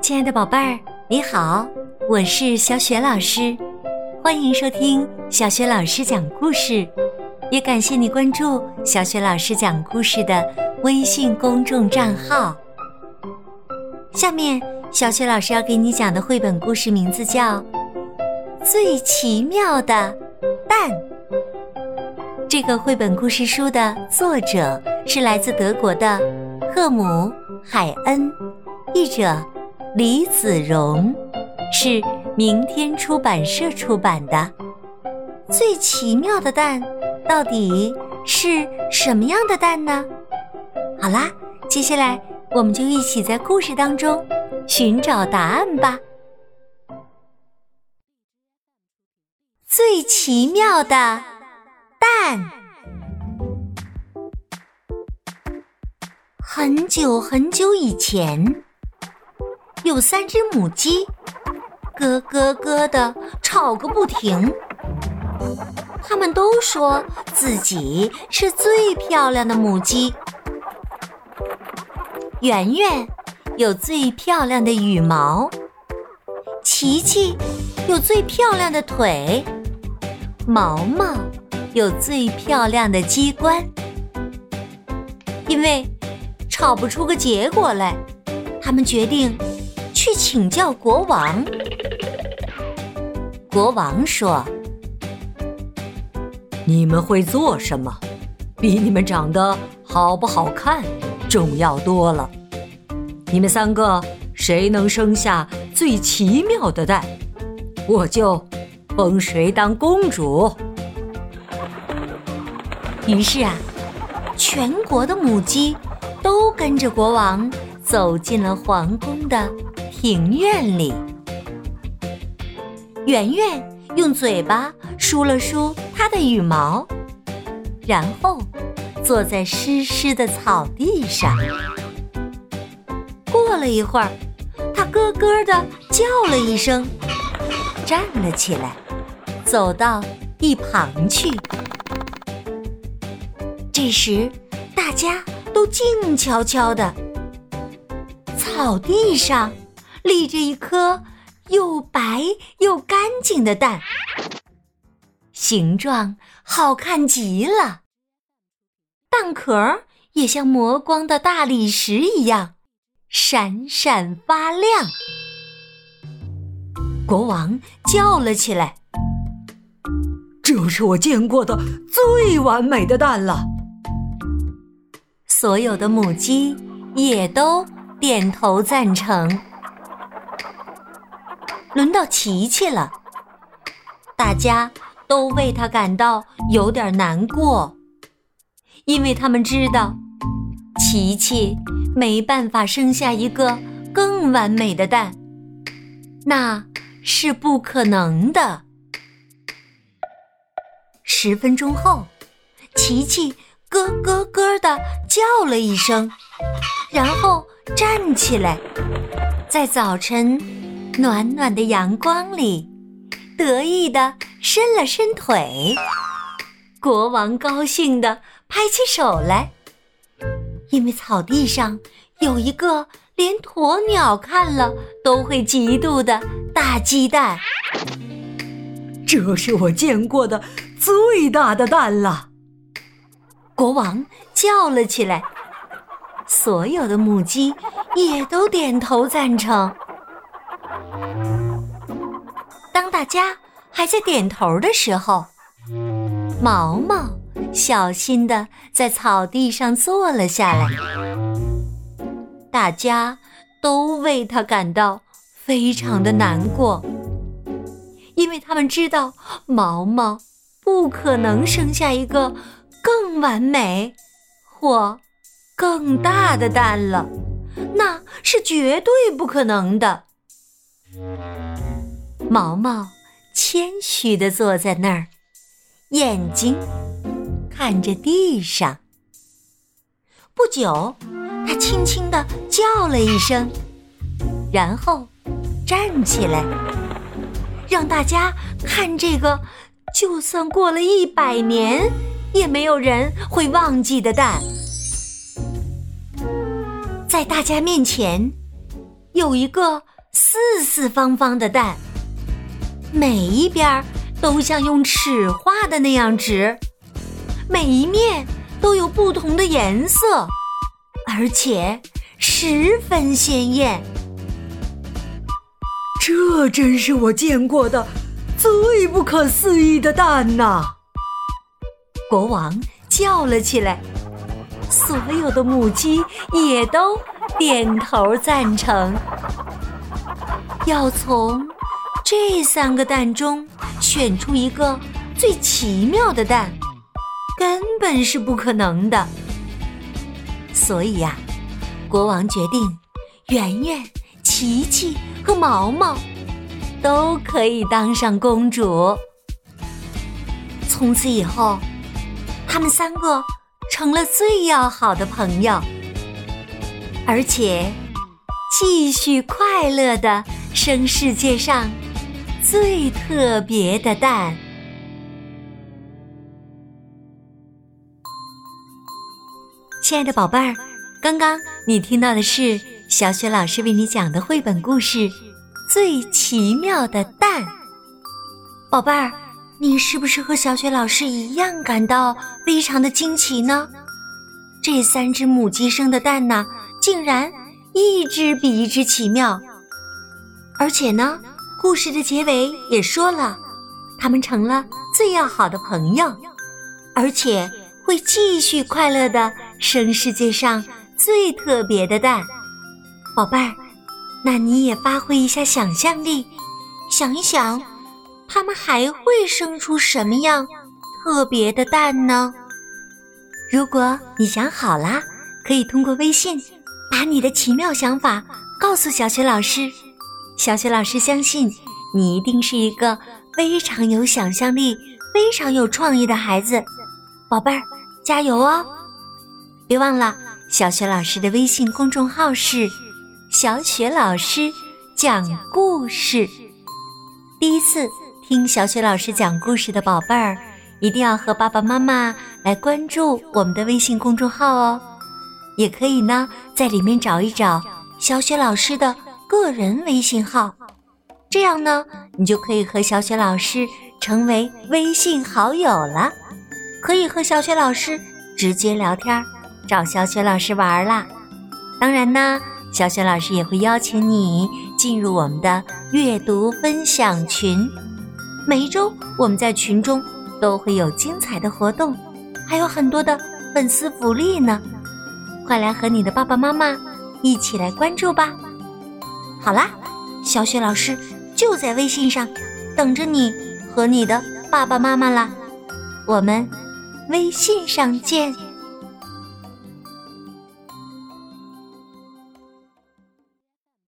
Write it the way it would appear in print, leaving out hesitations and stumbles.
亲爱的宝贝儿，你好，我是小雪老师，欢迎收听小雪老师讲故事，也感谢你关注小雪老师讲故事的微信公众账号。下面小雪老师要给你讲的绘本故事名字叫《最奇妙的蛋》。这个绘本故事书的作者是来自德国的赫姆·海恩，译者李子荣，是明天出版社出版的。最奇妙的蛋到底是什么样的蛋呢？好啦，接下来我们就一起在故事当中寻找答案吧。最奇妙的蛋。很久很久以前，有3只母鸡，咯咯咯地吵个不停。它们都说自己是最漂亮的母鸡。圆圆有最漂亮的羽毛，琪琪有最漂亮的腿，毛毛有最漂亮的鸡冠。因为吵不出个结果来，他们决定去请教国王。国王说： 你们会做什么，比你们长得好不好看重要多了。你们3个谁能生下最奇妙的蛋，我就封谁当公主。 于是啊，全国的母鸡都跟着国王走进了皇宫的庭院里。圆圆用嘴巴梳了梳她的羽毛，然后坐在湿湿的草地上。过了一会儿，她咯咯地叫了一声，站了起来，走到一旁去。这时大家都静悄悄的。草地上立着一颗又白又干净的蛋，形状好看极了，蛋壳也像磨光的大理石一样闪闪发亮。国王叫了起来： 这是我见过的最完美的蛋了。 所有的母鸡也都点头赞成。轮到琪琪了，大家都为他感到有点难过，因为他们知道琪琪没办法生下一个更完美的蛋，那是不可能的。10分钟后，琪琪咯咯咯地叫了一声，然后站起来，在早晨暖暖的阳光里得意地伸了伸腿。国王高兴地拍起手来，因为草地上有一个连鸵鸟看了都会嫉妒的大鸡蛋。 这是我见过的最大的蛋了。 国王叫了起来，所有的母鸡也都点头赞成。当大家还在点头的时候，毛毛小心地在草地上坐了下来。大家都为他感到非常的难过，因为他们知道毛毛不可能生下一个更完美或更大的蛋了，那是绝对不可能的。毛毛谦虚地坐在那儿，眼睛看着地上。不久，他轻轻地叫了一声，然后站起来，让大家看这个就算过了100年也没有人会忘记的蛋。在大家面前有一个四四方方的蛋，每一边都像用尺画的那样直，每一面都有不同的颜色，而且十分鲜艳。 这真是我见过的最不可思议的蛋呐！ 国王叫了起来，所有的母鸡也都点头赞成。要从这3个蛋中选出一个最奇妙的蛋，根本是不可能的。所以呀，国王决定圆圆、琪琪和毛毛都可以当上公主。从此以后，他们3个成了最要好的朋友，而且继续快乐地生世界上最特别的蛋。亲爱的宝贝儿，刚刚你听到的是小雪老师为你讲的绘本故事《最奇妙的蛋》。宝贝儿，你是不是和小雪老师一样感到非常的惊奇呢？这3只母鸡生的蛋呢，竟然一只比一只奇妙。而且呢，故事的结尾也说了，他们成了最要好的朋友，而且会继续快乐地生世界上最特别的蛋。宝贝儿，那你也发挥一下想象力，想一想，他们还会生出什么样特别的蛋呢？如果你想好啦，可以通过微信把你的奇妙想法告诉小雪老师。小雪老师相信你一定是一个非常有想象力、非常有创意的孩子。宝贝儿，加油哦！别忘了，小雪老师的微信公众号是小雪老师讲故事。第一次听小雪老师讲故事的宝贝儿，一定要和爸爸妈妈来关注我们的微信公众号哦。也可以呢，在里面找一找小雪老师的个人微信号，这样呢，你就可以和小雪老师成为微信好友了，可以和小雪老师直接聊天，找小雪老师玩啦。当然呢，小雪老师也会邀请你进入我们的阅读分享群，每一周我们在群中都会有精彩的活动，还有很多的粉丝福利呢。快来和你的爸爸妈妈一起来关注吧。好啦，小雪老师就在微信上等着你和你的爸爸妈妈啦，我们微信上见。